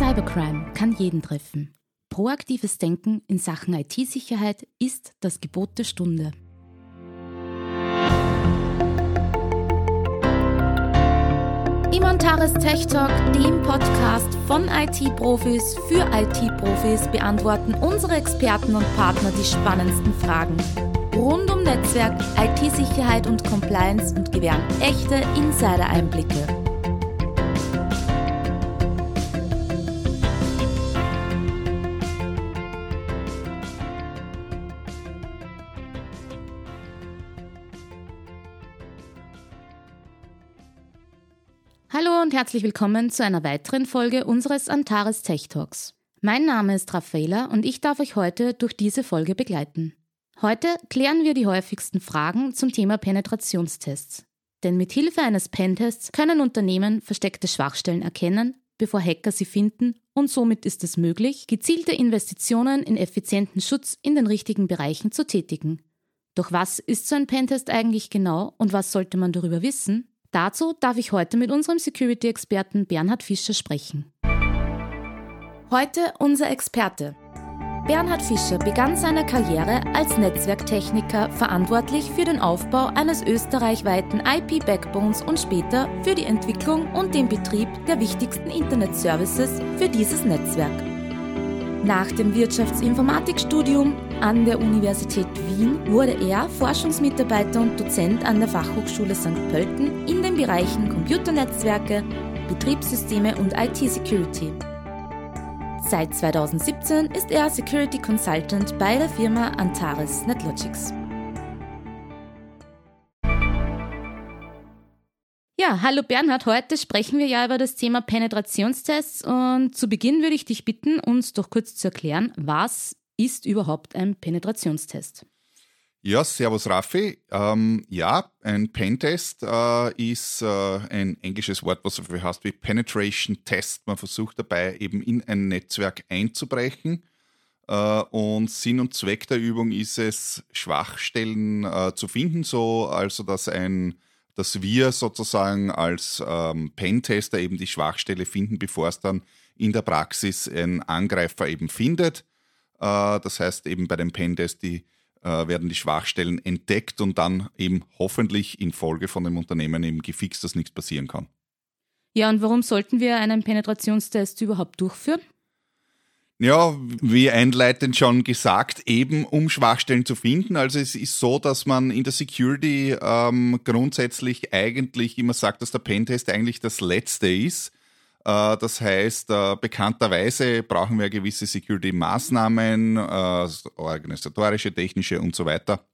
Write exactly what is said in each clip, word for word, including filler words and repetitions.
Cybercrime kann jeden treffen. Proaktives Denken in Sachen I T-Sicherheit ist das Gebot der Stunde. Im Antares Tech Talk, dem Podcast von I T-Profis für I T-Profis, beantworten unsere Experten und Partner die spannendsten Fragen rund um Netzwerk, I T-Sicherheit und Compliance und gewähren echte Insider-Einblicke. Hallo und herzlich willkommen zu einer weiteren Folge unseres Antares Tech Talks. Mein Name ist Raffaela und ich darf euch heute durch diese Folge begleiten. Heute klären wir die häufigsten Fragen zum Thema Penetrationstests. Denn mit Hilfe eines Pentests können Unternehmen versteckte Schwachstellen erkennen, bevor Hacker sie finden, und somit ist es möglich, gezielte Investitionen in effizienten Schutz in den richtigen Bereichen zu tätigen. Doch was ist so ein Pentest eigentlich genau und was sollte man darüber wissen? Dazu darf ich heute mit unserem Security-Experten Bernhard Fischer sprechen. Heute unser Experte. Bernhard Fischer begann seine Karriere als Netzwerktechniker, verantwortlich für den Aufbau eines österreichweiten I P-Backbones und später für die Entwicklung und den Betrieb der wichtigsten Internet-Services für dieses Netzwerk. Nach dem Wirtschaftsinformatikstudium an der Universität Wien wurde er Forschungsmitarbeiter und Dozent an der Fachhochschule Sankt Pölten in den Bereichen Computernetzwerke, Betriebssysteme und I T-Security. Seit zweitausendsiebzehn ist er Security Consultant bei der Firma Antares NetLogix. Ja, hallo Bernhard, heute sprechen wir ja über das Thema Penetrationstests und zu Beginn würde ich dich bitten, uns doch kurz zu erklären, was ist überhaupt ein Penetrationstest? Ja, servus Raffi. Ähm, ja, ein Pentest äh, ist äh, ein englisches Wort, was so viel heißt wie Penetration Test. Man versucht dabei eben in ein Netzwerk einzubrechen äh, und Sinn und Zweck der Übung ist es, Schwachstellen äh, zu finden, so also dass ein dass wir sozusagen als ähm, Pentester eben die Schwachstelle finden, bevor es dann in der Praxis ein Angreifer eben findet. Äh, das heißt eben bei dem Pentest die, äh, werden die Schwachstellen entdeckt und dann eben hoffentlich in Folge von dem Unternehmen eben gefixt, dass nichts passieren kann. Ja, und warum sollten wir einen Penetrationstest überhaupt durchführen? Ja, wie einleitend schon gesagt, eben um Schwachstellen zu finden. Also es ist so, dass man in der Security ähm, grundsätzlich eigentlich immer sagt, dass der Pentest eigentlich das Letzte ist. Äh, das heißt, äh, bekannterweise brauchen wir gewisse Security-Maßnahmen, äh, organisatorische, technische und so weiter.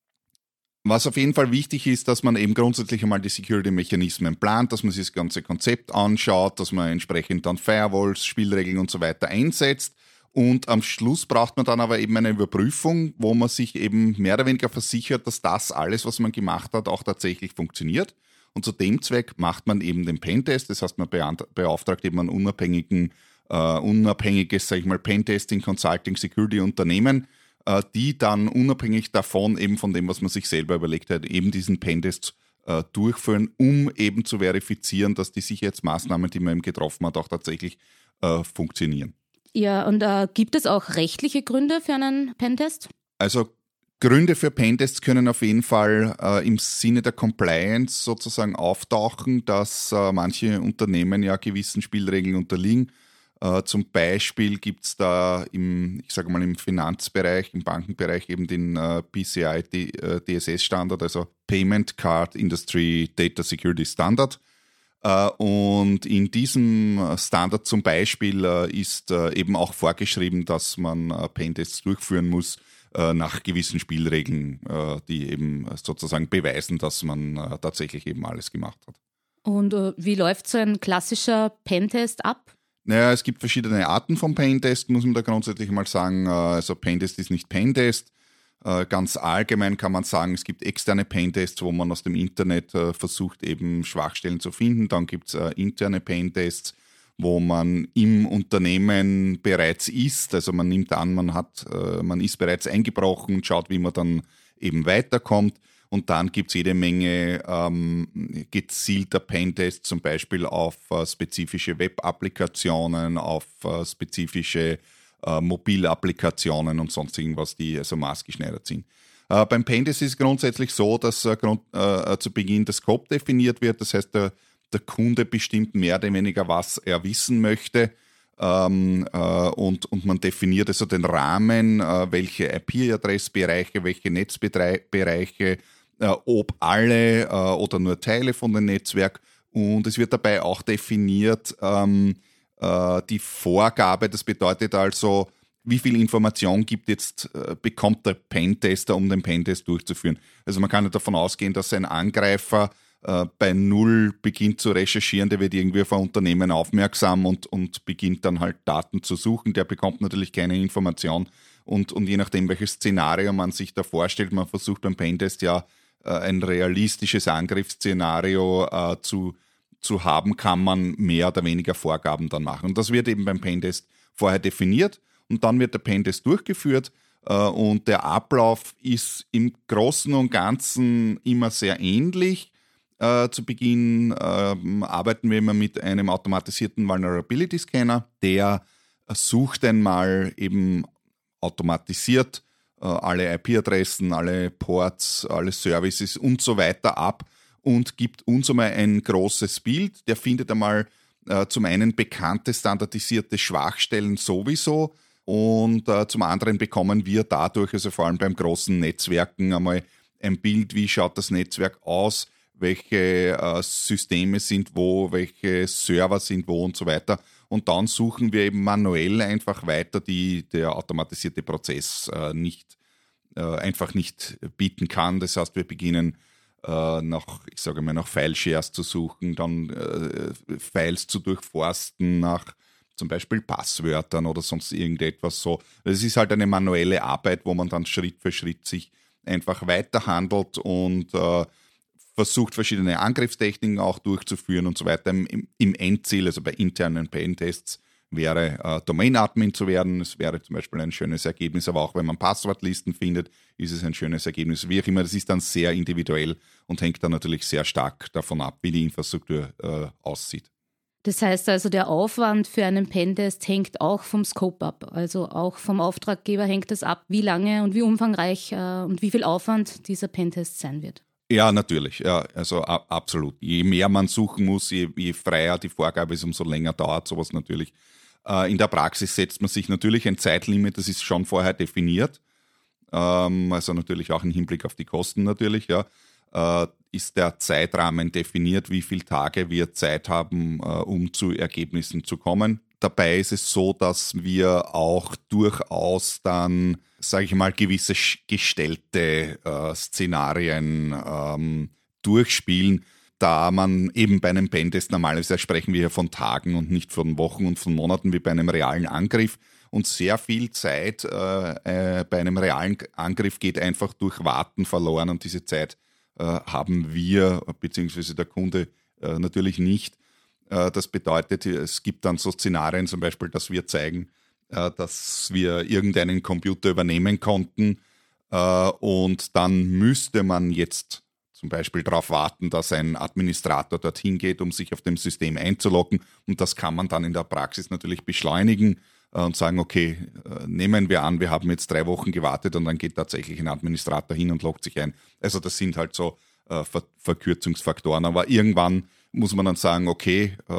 Was auf jeden Fall wichtig ist, dass man eben grundsätzlich einmal die Security-Mechanismen plant, dass man sich das ganze Konzept anschaut, dass man entsprechend dann Firewalls, Spielregeln und so weiter einsetzt. Und am Schluss braucht man dann aber eben eine Überprüfung, wo man sich eben mehr oder weniger versichert, dass das alles, was man gemacht hat, auch tatsächlich funktioniert. Und zu dem Zweck macht man eben den Pentest, das heißt, man beauftragt eben ein unabhängigen, äh, unabhängiges, sag ich mal, Pentesting, Consulting, Security-Unternehmen, die dann unabhängig davon, eben von dem, was man sich selber überlegt hat, eben diesen Pentest äh, durchführen, um eben zu verifizieren, dass die Sicherheitsmaßnahmen, die man eben getroffen hat, auch tatsächlich äh, funktionieren. Ja, und äh, gibt es auch rechtliche Gründe für einen Pentest? Also Gründe für Pentests können auf jeden Fall äh, im Sinne der Compliance sozusagen auftauchen, dass äh, manche Unternehmen ja gewissen Spielregeln unterliegen. Uh, zum Beispiel gibt es da im, ich sage mal im Finanzbereich, im Bankenbereich eben den uh, P C I D S S-Standard, also Payment Card Industry Data Security Standard. Uh, und in diesem Standard zum Beispiel uh, ist uh, eben auch vorgeschrieben, dass man uh, Pentests durchführen muss uh, nach gewissen Spielregeln, uh, die eben sozusagen beweisen, dass man uh, tatsächlich eben alles gemacht hat. Und uh, wie läuft so ein klassischer Pentest ab? Naja, es gibt verschiedene Arten von Pentest, muss man da grundsätzlich mal sagen. Also Pentest ist nicht Pentest. Ganz allgemein kann man sagen, es gibt externe Pentests, wo man aus dem Internet versucht, eben Schwachstellen zu finden. Dann gibt es interne Pentests, wo man im Unternehmen bereits ist. Also man nimmt an, man hat, man ist bereits eingebrochen und schaut, wie man dann eben weiterkommt. Und dann gibt es jede Menge ähm, gezielter Pentests, zum Beispiel auf äh, spezifische Web-Applikationen, auf äh, spezifische äh, Mobilapplikationen und sonst irgendwas, die also maßgeschneidert sind. Äh, beim Pentest ist es grundsätzlich so, dass äh, grund, äh, zu Beginn der Scope definiert wird. Das heißt, der, der Kunde bestimmt mehr oder weniger, was er wissen möchte. Ähm, äh, und, und man definiert also den Rahmen, äh, welche I P-Adressbereiche, welche Netzbereiche, äh, ob alle äh, oder nur Teile von dem Netzwerk. Und es wird dabei auch definiert ähm, äh, die Vorgabe, das bedeutet also, wie viel Information gibt jetzt, äh, bekommt der Pentester, um den Pentest durchzuführen. Also man kann ja davon ausgehen, dass ein Angreifer äh, bei Null beginnt zu recherchieren, der wird irgendwie auf ein Unternehmen aufmerksam und, und beginnt dann halt Daten zu suchen. Der bekommt natürlich keine Information und, und je nachdem, welches Szenario man sich da vorstellt, man versucht beim Pentest ja äh, ein realistisches Angriffsszenario äh, zu, zu haben, kann man mehr oder weniger Vorgaben dann machen. Und das wird eben beim Pentest vorher definiert. Und dann wird der Pentest durchgeführt äh, und der Ablauf ist im Großen und Ganzen immer sehr ähnlich. Äh, zu Beginn äh, arbeiten wir immer mit einem automatisierten Vulnerability Scanner, der sucht einmal eben automatisiert äh, alle I P-Adressen, alle Ports, alle Services und so weiter ab und gibt uns einmal ein großes Bild. Der findet einmal äh, zum einen bekannte standardisierte Schwachstellen sowieso, und äh, zum anderen bekommen wir dadurch, also vor allem beim großen Netzwerken, einmal ein Bild, wie schaut das Netzwerk aus, welche äh, Systeme sind wo, welche Server sind wo und so weiter. Und dann suchen wir eben manuell einfach weiter, die der automatisierte Prozess äh, nicht, äh, einfach nicht bieten kann. Das heißt, wir beginnen äh, nach, ich sage mal, nach File-Shares zu suchen, dann äh, Files zu durchforsten, nach zum Beispiel Passwörtern oder sonst irgendetwas so. Das ist halt eine manuelle Arbeit, wo man dann Schritt für Schritt sich einfach weiterhandelt und äh, versucht, verschiedene Angriffstechniken auch durchzuführen und so weiter. Im, im Endziel, also bei internen Pentests, wäre äh, Domain-Admin zu werden. Es wäre zum Beispiel ein schönes Ergebnis, aber auch wenn man Passwortlisten findet, ist es ein schönes Ergebnis. Wie auch immer, das ist dann sehr individuell und hängt dann natürlich sehr stark davon ab, wie die Infrastruktur äh, aussieht. Das heißt also, der Aufwand für einen Pentest hängt auch vom Scope ab. Also auch vom Auftraggeber hängt es ab, wie lange und wie umfangreich äh, und wie viel Aufwand dieser Pentest sein wird. Ja, natürlich. Ja, also a- absolut. Je mehr man suchen muss, je, je freier die Vorgabe ist, umso länger dauert sowas natürlich. Äh, in der Praxis setzt man sich natürlich ein Zeitlimit, das ist schon vorher definiert. Ähm, also natürlich auch im Hinblick auf die Kosten natürlich, ja. Äh, ist der Zeitrahmen definiert, wie viele Tage wir Zeit haben, äh, um zu Ergebnissen zu kommen. Dabei ist es so, dass wir auch durchaus dann, sage ich mal, gewisse gestellte äh, Szenarien ähm, durchspielen, da man eben bei einem Pentest, normalerweise sprechen wir hier von Tagen und nicht von Wochen und von Monaten wie bei einem realen Angriff. Und sehr viel Zeit äh, äh, bei einem realen Angriff geht einfach durch Warten verloren und diese Zeit äh, haben wir, beziehungsweise der Kunde äh, natürlich nicht. Äh, das bedeutet, es gibt dann so Szenarien zum Beispiel, dass wir zeigen, äh, dass wir irgendeinen Computer übernehmen konnten äh, und dann müsste man jetzt zum Beispiel darauf warten, dass ein Administrator dorthin geht, um sich auf dem System einzuloggen. Und das kann man dann in der Praxis natürlich beschleunigen äh, und sagen, okay, äh, nehmen wir an, wir haben jetzt drei Wochen gewartet und dann geht tatsächlich ein Administrator hin und loggt sich ein. Also das sind halt so äh, Ver- Verkürzungsfaktoren. Aber irgendwann muss man dann sagen, okay, äh,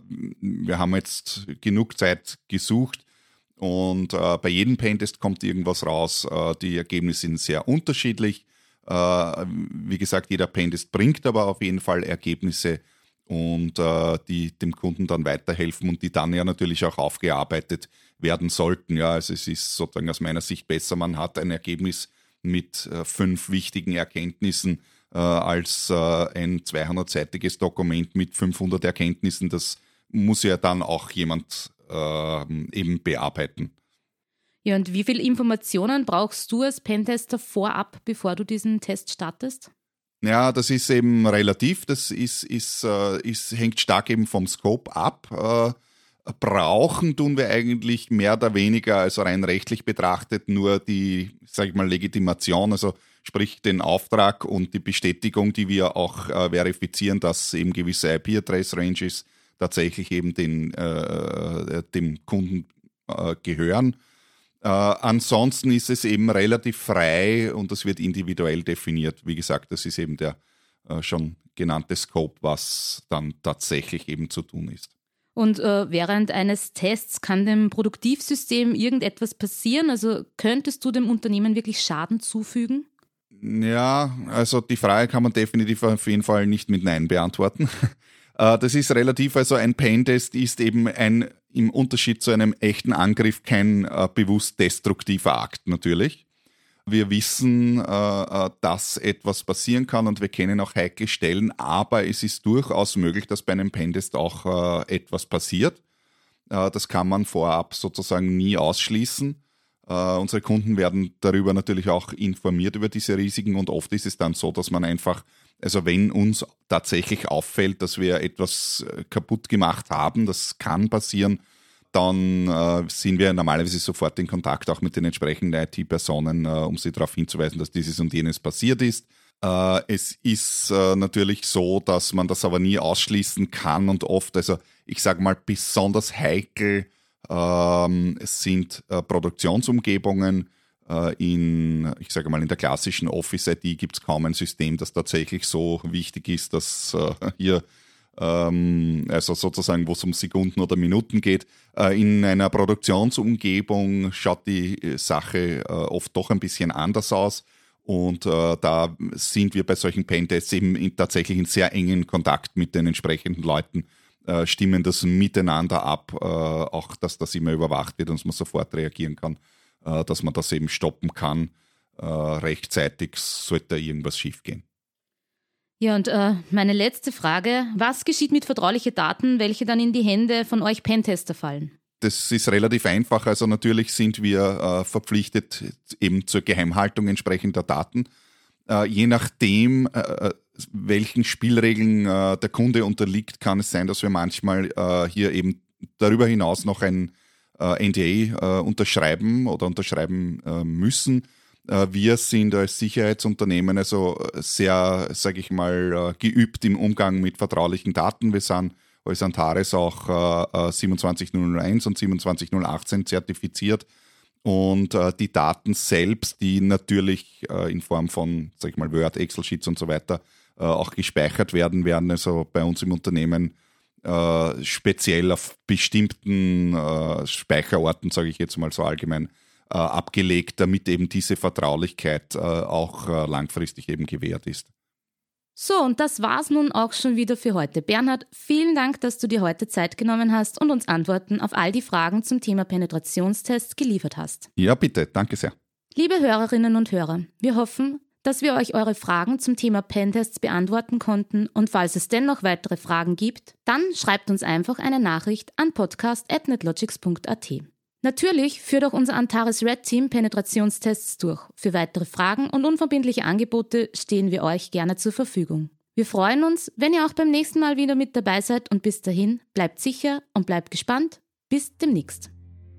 wir haben jetzt genug Zeit gesucht und äh, bei jedem Pentest kommt irgendwas raus. Äh, die Ergebnisse sind sehr unterschiedlich. Uh, wie gesagt, jeder Pentest bringt aber auf jeden Fall Ergebnisse und uh, die dem Kunden dann weiterhelfen und die dann ja natürlich auch aufgearbeitet werden sollten. Ja, also es ist sozusagen aus meiner Sicht besser, man hat ein Ergebnis mit uh, fünf wichtigen Erkenntnissen uh, als uh, ein zweihundertseitiges Dokument mit fünfhundert Erkenntnissen. Das muss ja dann auch jemand uh, eben bearbeiten. Ja, und wie viele Informationen brauchst du als Pentester vorab, bevor du diesen Test startest? Ja, das ist eben relativ. Das ist, ist, äh, ist, hängt stark eben vom Scope ab. Äh, brauchen tun wir eigentlich mehr oder weniger, also rein rechtlich betrachtet, nur die, sag ich mal, Legitimation. Also sprich den Auftrag und die Bestätigung, die wir auch äh, verifizieren, dass eben gewisse I P-Address-Ranges tatsächlich eben den, äh, dem Kunden äh, gehören. Äh, ansonsten ist es eben relativ frei und das wird individuell definiert. Wie gesagt, das ist eben der äh, schon genannte Scope, was dann tatsächlich eben zu tun ist. Und äh, während eines Tests kann dem Produktivsystem irgendetwas passieren? Also könntest du dem Unternehmen wirklich Schaden zufügen? Ja, also die Frage kann man definitiv auf jeden Fall nicht mit Nein beantworten. Das ist relativ, also ein Pentest ist eben ein, im Unterschied zu einem echten Angriff kein äh, bewusst destruktiver Akt natürlich. Wir wissen, äh, dass etwas passieren kann und wir kennen auch heikle Stellen, aber es ist durchaus möglich, dass bei einem Pentest auch äh, etwas passiert. Äh, das kann man vorab sozusagen nie ausschließen. Uh, unsere Kunden werden darüber natürlich auch informiert über diese Risiken und oft ist es dann so, dass man einfach, also wenn uns tatsächlich auffällt, dass wir etwas kaputt gemacht haben, das kann passieren, dann uh, sind wir normalerweise sofort in Kontakt auch mit den entsprechenden I T-Personen, uh, um sie darauf hinzuweisen, dass dieses und jenes passiert ist. Uh, es ist uh, natürlich so, dass man das aber nie ausschließen kann und oft, also ich sage mal besonders heikel, Ähm, es sind äh, Produktionsumgebungen. Äh, in, ich sage mal, in der klassischen Office-I T gibt es kaum ein System, das tatsächlich so wichtig ist, dass äh, hier, ähm, also sozusagen, wo es um Sekunden oder Minuten geht. Äh, in einer Produktionsumgebung schaut die Sache äh, oft doch ein bisschen anders aus. Und äh, da sind wir bei solchen Pentests eben in, tatsächlich in sehr engen Kontakt mit den entsprechenden Leuten, stimmen das miteinander ab, äh, auch dass das immer überwacht wird und dass man sofort reagieren kann, äh, dass man das eben stoppen kann, äh, rechtzeitig, sollte irgendwas schiefgehen. Ja, und äh, meine letzte Frage, was geschieht mit vertraulichen Daten, welche dann in die Hände von euch Pentester fallen? Das ist relativ einfach, also natürlich sind wir äh, verpflichtet eben zur Geheimhaltung entsprechender Daten. Äh, je nachdem, äh, welchen Spielregeln äh, der Kunde unterliegt, kann es sein, dass wir manchmal äh, hier eben darüber hinaus noch ein äh, N D A äh, unterschreiben oder unterschreiben äh, müssen. Äh, wir sind als Sicherheitsunternehmen also sehr, sage ich mal, äh, geübt im Umgang mit vertraulichen Daten. Wir sind als Antares auch äh, siebenundzwanzig null null eins und siebenundzwanzig null achtzehn zertifiziert. Und äh, die Daten selbst, die natürlich äh, in Form von, sag ich mal, Word, Excel-Sheets und so weiter äh, auch gespeichert werden, werden also bei uns im Unternehmen äh, speziell auf bestimmten äh, Speicherorten, sage ich jetzt mal so allgemein, äh, abgelegt, damit eben diese Vertraulichkeit äh, auch äh, langfristig eben gewährt ist. So, und das war's nun auch schon wieder für heute. Bernhard, vielen Dank, dass du dir heute Zeit genommen hast und uns Antworten auf all die Fragen zum Thema Penetrationstests geliefert hast. Ja, bitte. Danke sehr. Liebe Hörerinnen und Hörer, wir hoffen, dass wir euch eure Fragen zum Thema Pentests beantworten konnten und falls es dennoch weitere Fragen gibt, dann schreibt uns einfach eine Nachricht an podcast at netlogics punkt a t. Natürlich führt auch unser Antares Red Team Penetrationstests durch. Für weitere Fragen und unverbindliche Angebote stehen wir euch gerne zur Verfügung. Wir freuen uns, wenn ihr auch beim nächsten Mal wieder mit dabei seid und bis dahin bleibt sicher und bleibt gespannt. Bis demnächst.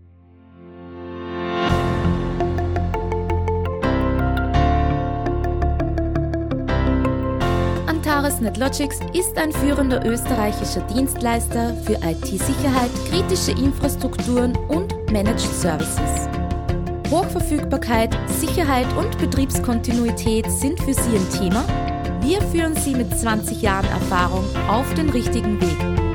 Antares Netlogics ist ein führender österreichischer Dienstleister für I T-Sicherheit, kritische Infrastrukturen und Managed Services. Hochverfügbarkeit, Sicherheit und Betriebskontinuität sind für Sie ein Thema. Wir führen Sie mit zwanzig Jahren Erfahrung auf den richtigen Weg.